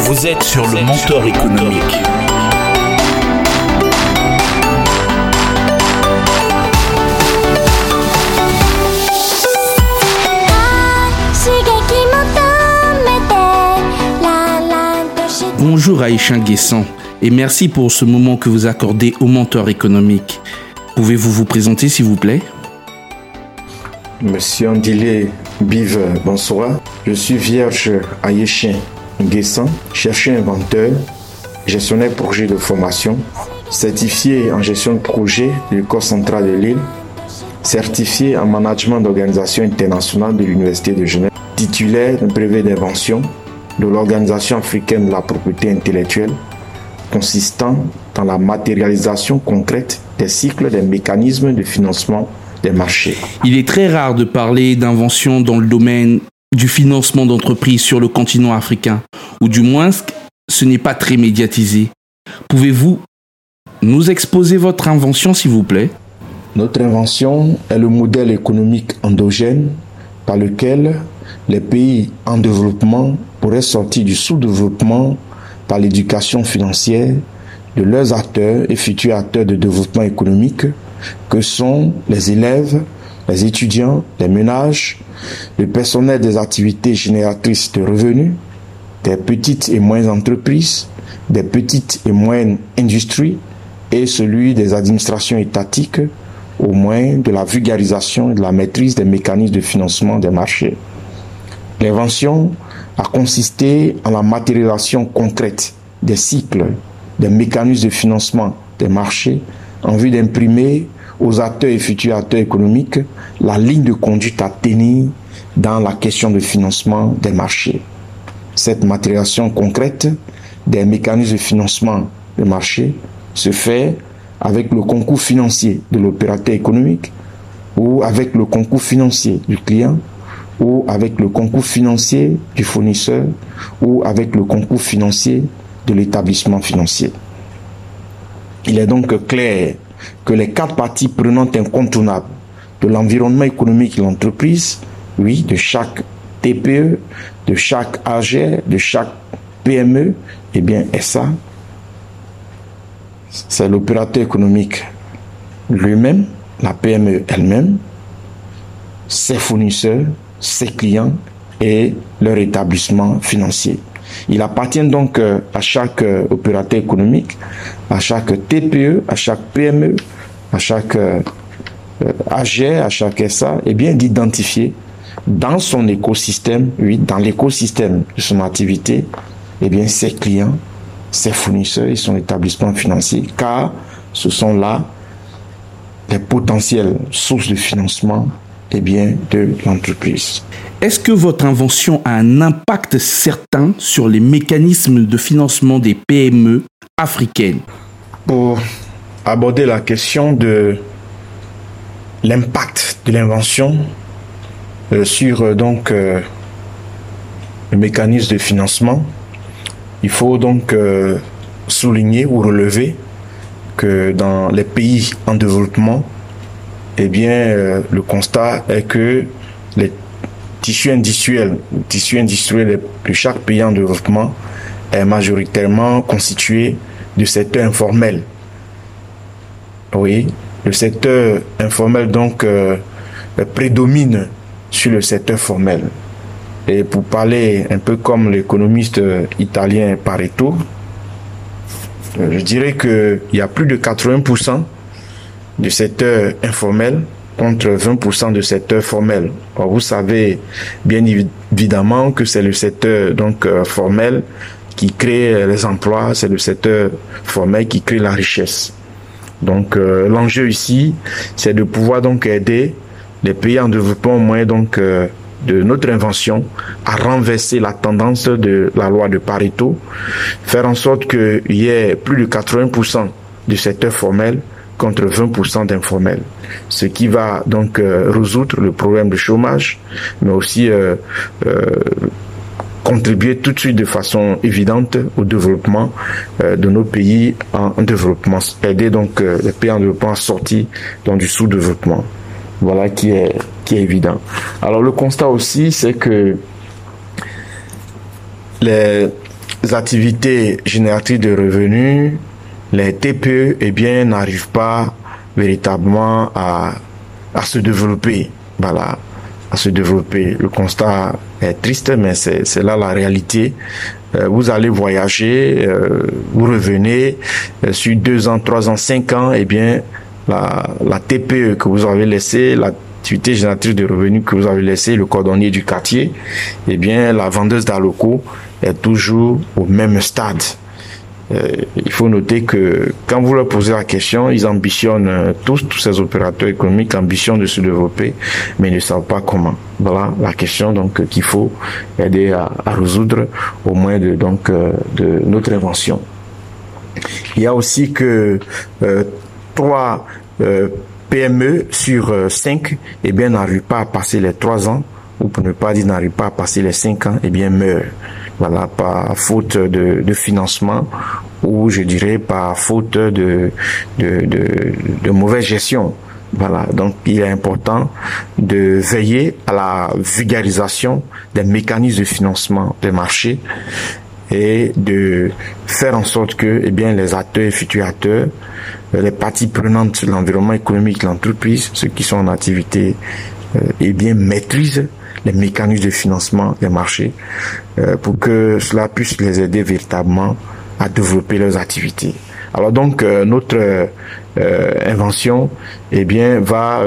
Vous êtes sur le mentor économique. Bonjour Aïcha Nguessan et merci pour ce moment que vous accordez au mentor économique. Pouvez-vous vous présenter s'il vous plaît? Monsieur Andilé Bive, bonsoir. Je suis Vierge Aïcha Nguessan, chercheur inventeur, gestionnaire projet de formation, certifié en gestion de projet de l'école centrale de Lille, certifié en management d'organisation internationale de l'Université de Genève, titulaire d'un brevet d'invention de l'Organisation africaine de la propriété intellectuelle, consistant dans la matérialisation concrète des cycles des mécanismes de financement des marchés. Il est très rare de parler d'invention dans le domaine du financement d'entreprises sur le continent africain, ou du moins ce n'est pas très médiatisé. Pouvez-vous nous exposer votre invention s'il vous plaît? Notre invention est le modèle économique endogène par lequel les pays en développement pourraient sortir du sous-développement par l'éducation financière de leurs acteurs et futurs acteurs de développement économique que sont les élèves, les étudiants, les ménages, le personnel des activités génératrices de revenus, des petites et moyennes entreprises, des petites et moyennes industries et celui des administrations étatiques au moins de la vulgarisation et de la maîtrise des mécanismes de financement des marchés. L'invention a consisté en la matérialisation concrète des cycles, des mécanismes de financement des marchés en vue d'imprimer aux acteurs et futurs acteurs économiques la ligne de conduite à tenir dans la question de financement des marchés. Cette matérialisation concrète des mécanismes de financement des marchés se fait avec le concours financier de l'opérateur économique ou avec le concours financier du client ou avec le concours financier du fournisseur ou avec le concours financier de l'établissement financier. Il est donc clair que les quatre parties prenantes incontournables de l'environnement économique de l'entreprise, oui, de chaque TPE, de chaque AG, de chaque PME, eh bien, est ça. C'est l'opérateur économique lui-même, la PME elle-même, ses fournisseurs, ses clients et leur établissement financier. Il appartient donc à chaque opérateur économique, à chaque TPE, à chaque PME, à chaque AG, à chaque SA, eh bien d'identifier dans son écosystème, oui, dans l'écosystème de son activité, eh bien ses clients, ses fournisseurs et son établissement financier, car ce sont là les potentielles sources de financement eh bien, de l'entreprise. Est-ce que votre invention a un impact certain sur les mécanismes de financement des PME africaines? Pour aborder la question de l'impact de l'invention sur le mécanisme de financement, il faut donc souligner ou relever que dans les pays en développement, eh bien, le constat est que les tissus industriels de chaque pays en développement est majoritairement constitué de secteurs informels. Oui, le secteur informel donc prédomine sur le secteur formel. Et pour parler un peu comme l'économiste italien Pareto, je dirais qu'il y a plus de 80% du secteur informel contre 20% du secteur formel. Or, vous savez bien évidemment que c'est le secteur donc formel qui crée les emplois, c'est le secteur formel qui crée la richesse. Donc l'enjeu ici, c'est de pouvoir donc aider les pays en développement au moyen donc de notre invention à renverser la tendance de la loi de Pareto, faire en sorte qu'il y ait plus de 80% du secteur formel contre 20% d'informel, ce qui va donc résoudre le problème de chômage, mais aussi contribuer tout de suite de façon évidente au développement de nos pays en développement, aider donc les pays en développement à sortir donc du sous-développement. Voilà qui est évident. Alors le constat aussi, c'est que activités génératrices de revenus, les TPE, eh bien, n'arrivent pas véritablement à se développer. Voilà, à se développer. Le constat est triste, mais c'est là la réalité. Vous allez voyager, vous revenez sur 2 ans, 3 ans, 5 ans, eh bien, la TPE que vous avez laissée, l'activité génératrice de revenus que vous avez laissée, le cordonnier du quartier, eh bien, la vendeuse d'Aloco est toujours au même stade. Il faut noter que quand vous leur posez la question, ils ambitionnent tous ces opérateurs économiques ambitionnent de se développer, mais ils ne savent pas comment. Voilà la question donc qu'il faut aider à résoudre au moins de notre invention. Il y a aussi que 3 PME sur 5 eh bien n'arrivent pas à passer les 3 ans, ou pour ne pas dire n'arrivent pas à passer les 5 ans, eh bien meurent. Voilà, par faute de financement, ou je dirais par faute de mauvaise gestion. Voilà, donc il est important de veiller à la vulgarisation des mécanismes de financement des marchés et de faire en sorte que, eh bien, les acteurs et futurs acteurs, les parties prenantes de l'environnement économique de l'entreprise, ceux qui sont en activité, eh bien, maîtrisent les mécanismes de financement des marchés pour que cela puisse les aider véritablement à développer leurs activités. Alors donc notre invention eh bien va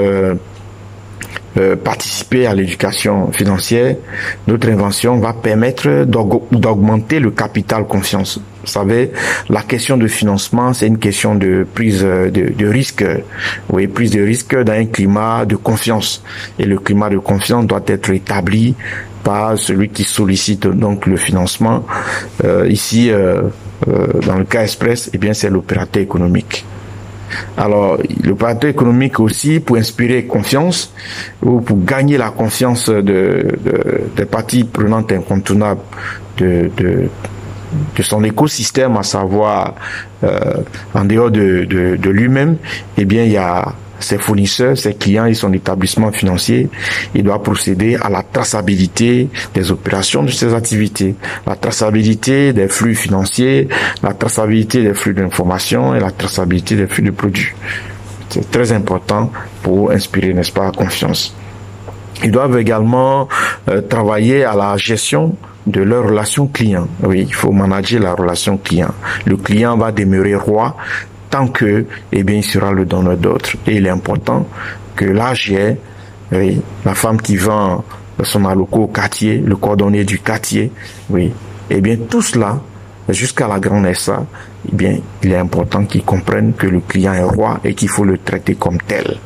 participer à l'éducation financière. Notre invention va permettre d'augmenter le capital confiance. Vous savez, la question de financement, c'est une question de prise de risque. Oui, prise de risque dans un climat de confiance. Et le climat de confiance doit être établi par celui qui sollicite donc le financement. Ici, dans le cas express, eh bien, c'est l'opérateur économique. Alors, l'opérateur économique aussi, pour inspirer confiance ou pour gagner la confiance des parties prenantes incontournables de son écosystème, à savoir en dehors de lui-même, eh bien, il y a ses fournisseurs, ses clients et son établissement financier. Il doit procéder à la traçabilité des opérations de ses activités, la traçabilité des flux financiers, la traçabilité des flux d'informations et la traçabilité des flux de produits. C'est très important pour inspirer, n'est-ce pas, confiance. Ils doivent également travailler à la gestion de leur relation client. Oui, il faut manager la relation client. Le client va demeurer roi tant que, eh bien, il sera le donneur d'autres. Et il est important que l'AGR, oui, la femme qui vend son aloco au quartier, le cordonnier du quartier, oui, eh bien, tout cela, jusqu'à la grande SA, eh bien, il est important qu'ils comprennent que le client est roi et qu'il faut le traiter comme tel.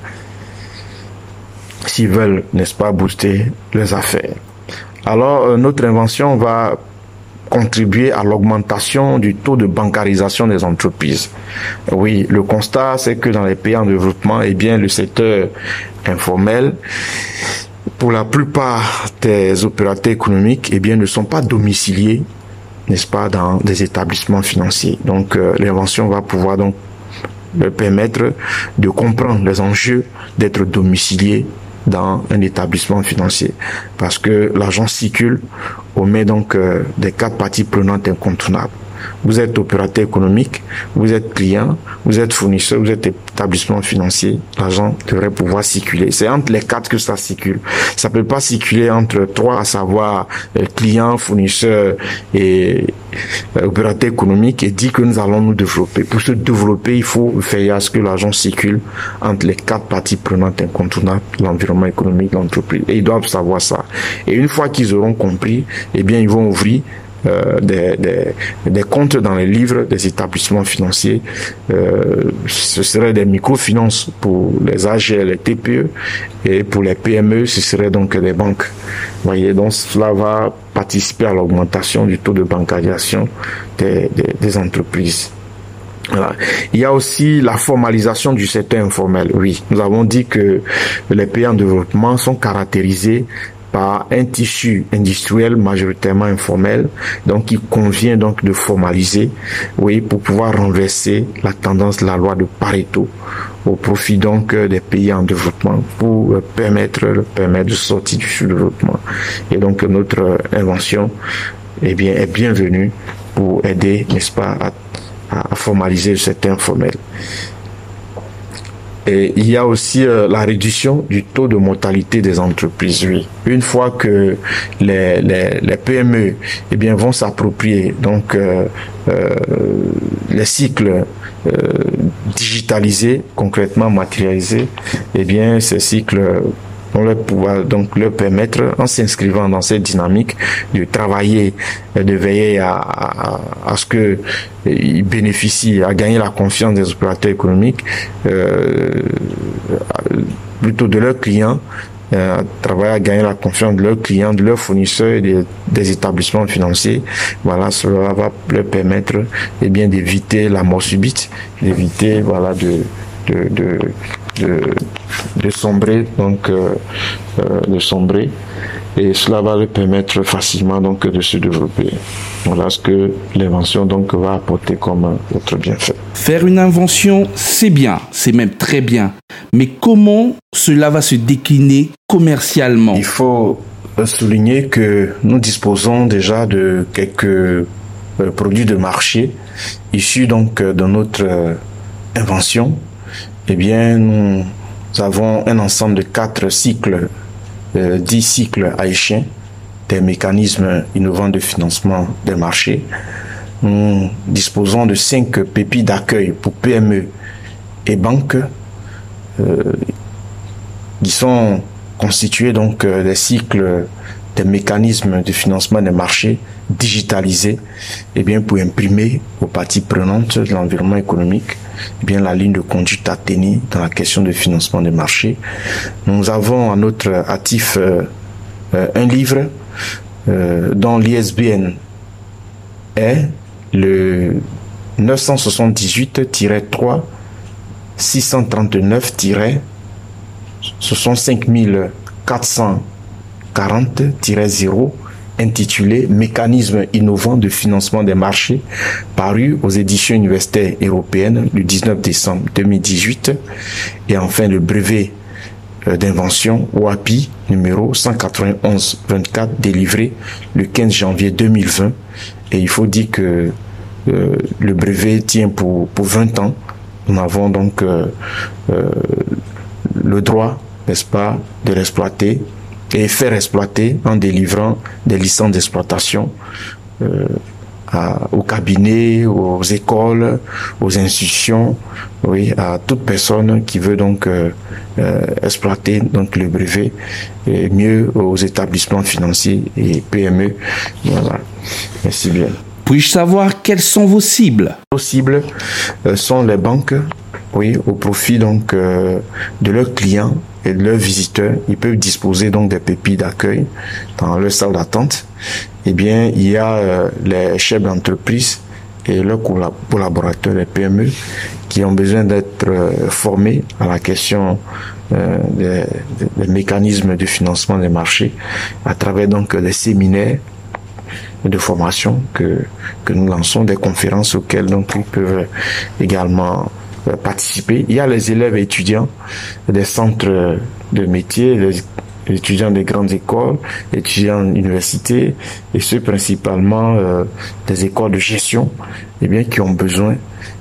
S'ils veulent, n'est-ce pas, booster leurs affaires. Alors, notre invention va contribuer à l'augmentation du taux de bancarisation des entreprises. Oui, le constat, c'est que dans les pays en développement, eh bien, le secteur informel, pour la plupart des opérateurs économiques, eh bien, ne sont pas domiciliés, n'est-ce pas, dans des établissements financiers. Donc, l'invention va pouvoir donc leur permettre de comprendre les enjeux d'être domiciliés dans un établissement financier, parce que l'argent circule au mains donc des 4 parties prenantes incontournables. Vous êtes opérateur économique, vous êtes client, vous êtes fournisseur, vous êtes établissement financier. L'argent devrait pouvoir circuler. C'est entre les 4 que ça circule. Ça peut pas circuler entre 3, à savoir client, fournisseur et opérateur économique, et dire que nous allons nous développer. Pour se développer, il faut veiller à ce que l'argent circule entre les 4 parties prenantes incontournables de l'environnement économique de l'entreprise. Et ils doivent savoir ça. Et une fois qu'ils auront compris, eh bien, ils vont ouvrir des comptes dans les livres des établissements financiers. Ce serait des microfinances pour les AGL, les TPE, et pour les PME, ce serait donc des banques. Vous voyez, donc cela va participer à l'augmentation du taux de bancarisation des entreprises. Voilà. Il y a aussi la formalisation du secteur informel. Oui, nous avons dit que les pays en développement sont caractérisés par un tissu industriel majoritairement informel, donc il convient donc de formaliser, oui, pour pouvoir renverser la tendance de la loi de Pareto au profit donc des pays en développement, pour permettre de sortir du sous-développement. Et donc notre invention, eh bien, est bienvenue pour aider, n'est-ce pas, à formaliser le secteur informel. Et il y a aussi la réduction du taux de mortalité des entreprises. Oui. Une fois que les PME vont s'approprier donc les cycles digitalisés, concrètement matérialisés, ces cycles on leur pouvoir donc leur permettre, en s'inscrivant dans cette dynamique, de travailler, de veiller à ce que ils bénéficient, à gagner la confiance des opérateurs économiques, plutôt de leurs clients, travailler à gagner la confiance de leurs clients, de leurs fournisseurs et des établissements financiers. Voilà, cela va leur permettre d'éviter la mort subite, d'éviter de sombrer, et cela va leur permettre facilement de se développer. Voilà ce que l'invention va apporter comme autre bienfait. Faire une invention, c'est bien, c'est même très bien. Mais comment cela va se décliner commercialement? Il faut souligner que nous disposons déjà de quelques produits de marché issus de notre invention. Nous avons un ensemble de 4 cycles, 10 cycles haïtiens, des mécanismes innovants de financement des marchés. Nous disposons de 5 pépites d'accueil pour PME et banques, qui sont constitués des cycles, des mécanismes de financement des marchés digitalisés, pour imprimer aux parties prenantes de l'environnement économique la ligne de conduite à tenir dans la question de financement des marchés. Nous avons à notre actif un livre dont l'ISBN est le 978-3 639-5440-0, intitulé Mécanismes innovants de financement des marchés, paru aux éditions universitaires européennes le 19 décembre 2018, et enfin le brevet d'invention OAPI numéro 191-24, délivré le 15 janvier 2020. Et il faut dire que le brevet tient pour 20 ans. Nous avons le droit, n'est-ce pas, de l'exploiter et faire exploiter en délivrant des licences d'exploitation aux cabinets, aux écoles, aux institutions, à toute personne qui veut exploiter le brevet, et mieux aux établissements financiers et PME. Voilà. Merci bien. Puis-je savoir quelles sont vos cibles? Nos cibles sont les banques, au profit de leurs clients et de leurs visiteurs. Ils peuvent disposer des pépites d'accueil dans leur salle d'attente. Il y a les chefs d'entreprise et leurs collaborateurs, les PME, qui ont besoin d'être formés à la question des mécanismes de financement des marchés à travers des séminaires de formation que nous lançons, des conférences auxquelles ils peuvent également participer. Il y a les élèves et étudiants des centres de métiers, les étudiants des grandes écoles, étudiants d'université, et ceux principalement des écoles de gestion, qui ont besoin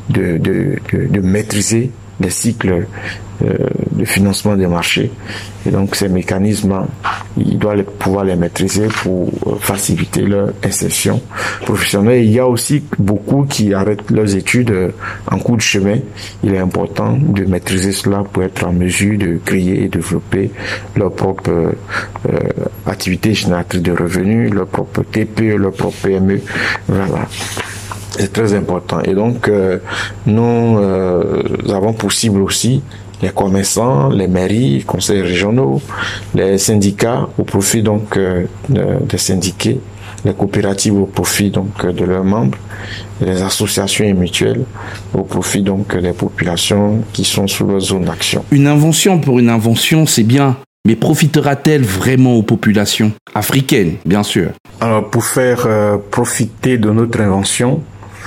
de maîtriser les cycles de financement des marchés. Et ces mécanismes, ils doivent pouvoir les maîtriser pour faciliter leur insertion professionnelle. Il y a aussi beaucoup qui arrêtent leurs études en cours de chemin. Il est important de maîtriser cela pour être en mesure de créer et développer leur propre activité génératrice de revenus, leur propre TPE, leur propre PME. Voilà. C'est très important. Et nous avons pour cible aussi les commerçants, les mairies, les conseils régionaux, les syndicats au profit des syndiqués, les coopératives au profit de leurs membres, les associations et mutuelles au profit des populations qui sont sous leur zone d'action. Une invention pour une invention, c'est bien. Mais profitera-t-elle vraiment aux populations africaines, bien sûr? Alors, pour faire profiter de notre invention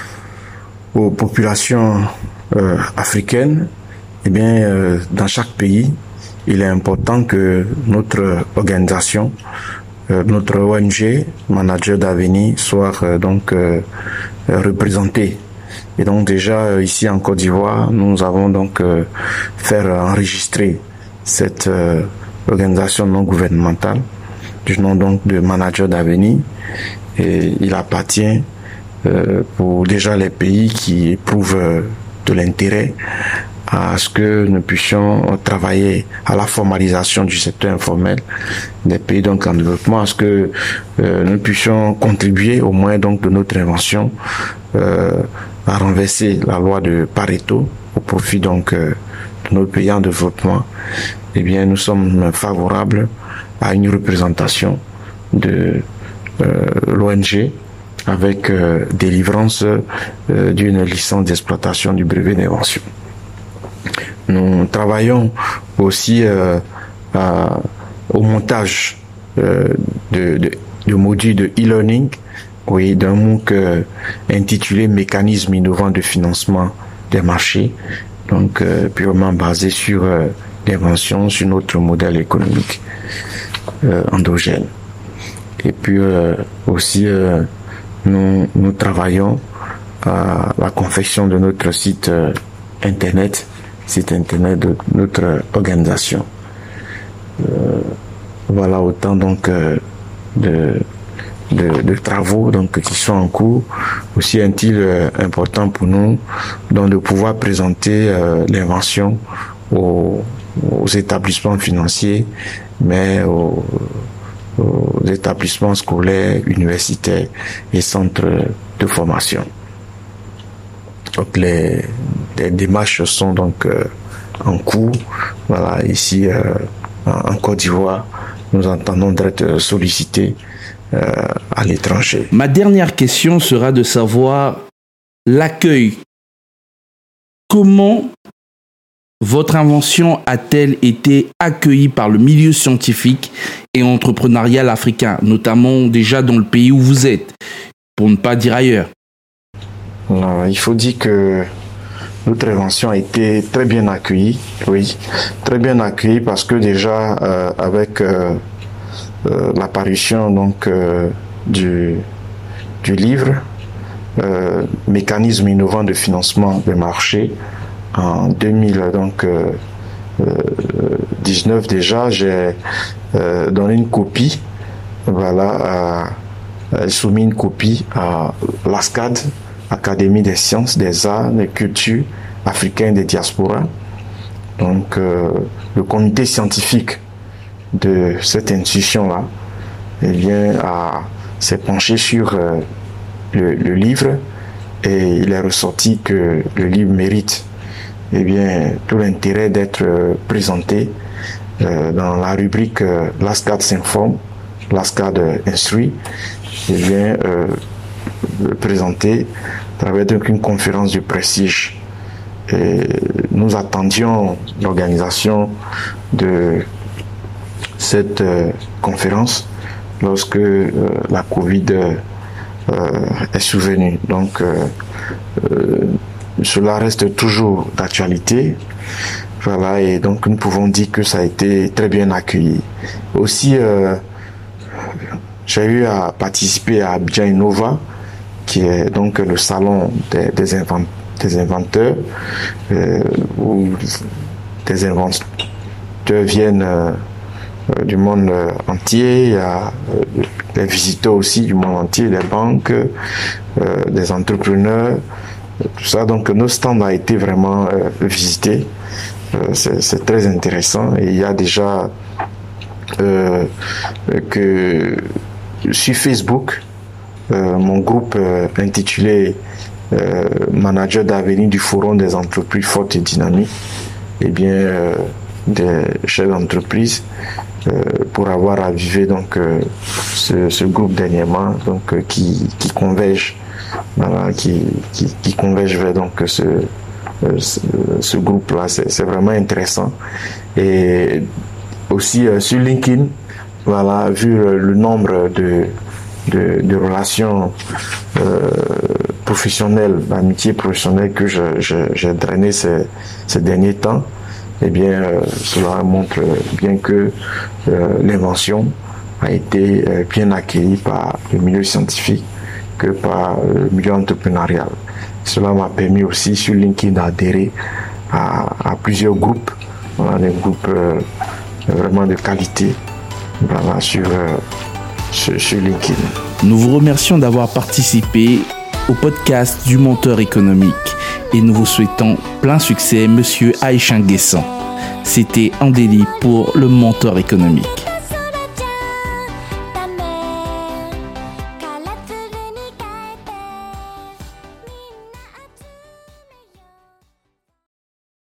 aux populations africaines, dans chaque pays, il est important que notre organisation, notre ONG, Manager d'avenir, soit représenter. Et donc déjà ici en Côte d'Ivoire, nous avons donc fait enregistrer cette organisation non gouvernementale du nom donc de Manager d'avenir, et il appartient pour déjà les pays qui éprouvent de l'intérêt à ce que nous puissions travailler à la formalisation du secteur informel des pays donc en développement, à ce que nous puissions contribuer au moins donc de notre invention à renverser la loi de Pareto au profit donc de nos pays en développement. Eh bien, nous sommes favorables à une représentation de l'ONG avec délivrance d'une licence d'exploitation du brevet d'invention. Nous travaillons aussi au montage de modules de e-learning, oui, d'un MOOC intitulé Mécanisme innovant de financement des marchés, donc purement basé sur l'invention, sur notre modèle économique endogène. Et puis aussi nous travaillons à la confection de notre site internet de notre organisation. Voilà autant donc de travaux donc qui sont en cours. Aussi est-il important pour nous donc de pouvoir présenter l'invention aux établissements financiers, mais aux établissements scolaires, universitaires et centres de formation. Donc les démarches sont donc en cours. Voilà, ici en Côte d'Ivoire, nous entendons d'être sollicités à l'étranger. Ma dernière question sera de savoir l'accueil. Comment votre invention a-t-elle été accueillie par le milieu scientifique et entrepreneurial africain, notamment déjà dans le pays où vous êtes, pour ne pas dire ailleurs? Non, il faut dire que notre invention a été très bien accueillie, oui, très bien accueillie parce que déjà avec l'apparition donc du livre Mécanisme innovant de financement des marchés en 2019 déjà, j'ai donné une copie, voilà, soumis une copie à l'ASCAD, Académie des sciences, des arts, des cultures africaines des diasporas. Donc le comité scientifique de cette institution-là, eh bien, s'est penché sur le livre, et il est ressorti que le livre mérite tout l'intérêt d'être présenté dans la rubrique l'ASCAD s'informe, l'ASCAD instruit, présenté à travers donc une conférence de prestige. Et nous attendions l'organisation de cette conférence lorsque la Covid est survenue. Donc cela reste toujours d'actualité. Voilà, et donc nous pouvons dire que ça a été très bien accueilli. Aussi, j'ai eu à participer à Abidjan Innova, qui est donc le salon des inventeurs, où des inventeurs viennent du monde entier. Il y a des visiteurs aussi du monde entier, des banques, des entrepreneurs, tout ça. Donc nos stands a été vraiment visités. C'est très intéressant, et il y a déjà que sur Facebook, mon groupe intitulé Manager d'avenir du Forum des entreprises fortes et dynamiques, des chefs d'entreprise, pour avoir avivé donc ce groupe dernièrement, donc qui converge, voilà, qui converge vers donc ce groupe-là. C'est vraiment intéressant. Et aussi sur LinkedIn, voilà, vu le nombre de relations professionnelles, d'amitié professionnelle que j'ai drainé ces derniers temps, cela montre bien que l'invention a été bien accueillie par le milieu scientifique que par le milieu entrepreneurial. Cela m'a permis aussi sur LinkedIn d'adhérer à plusieurs groupes, des groupes vraiment de qualité sur LinkedIn. Nous vous remercions d'avoir participé au podcast du Mentor économique et nous vous souhaitons plein succès, Monsieur Aïcha Nguessan. C'était Andéli pour le Mentor économique.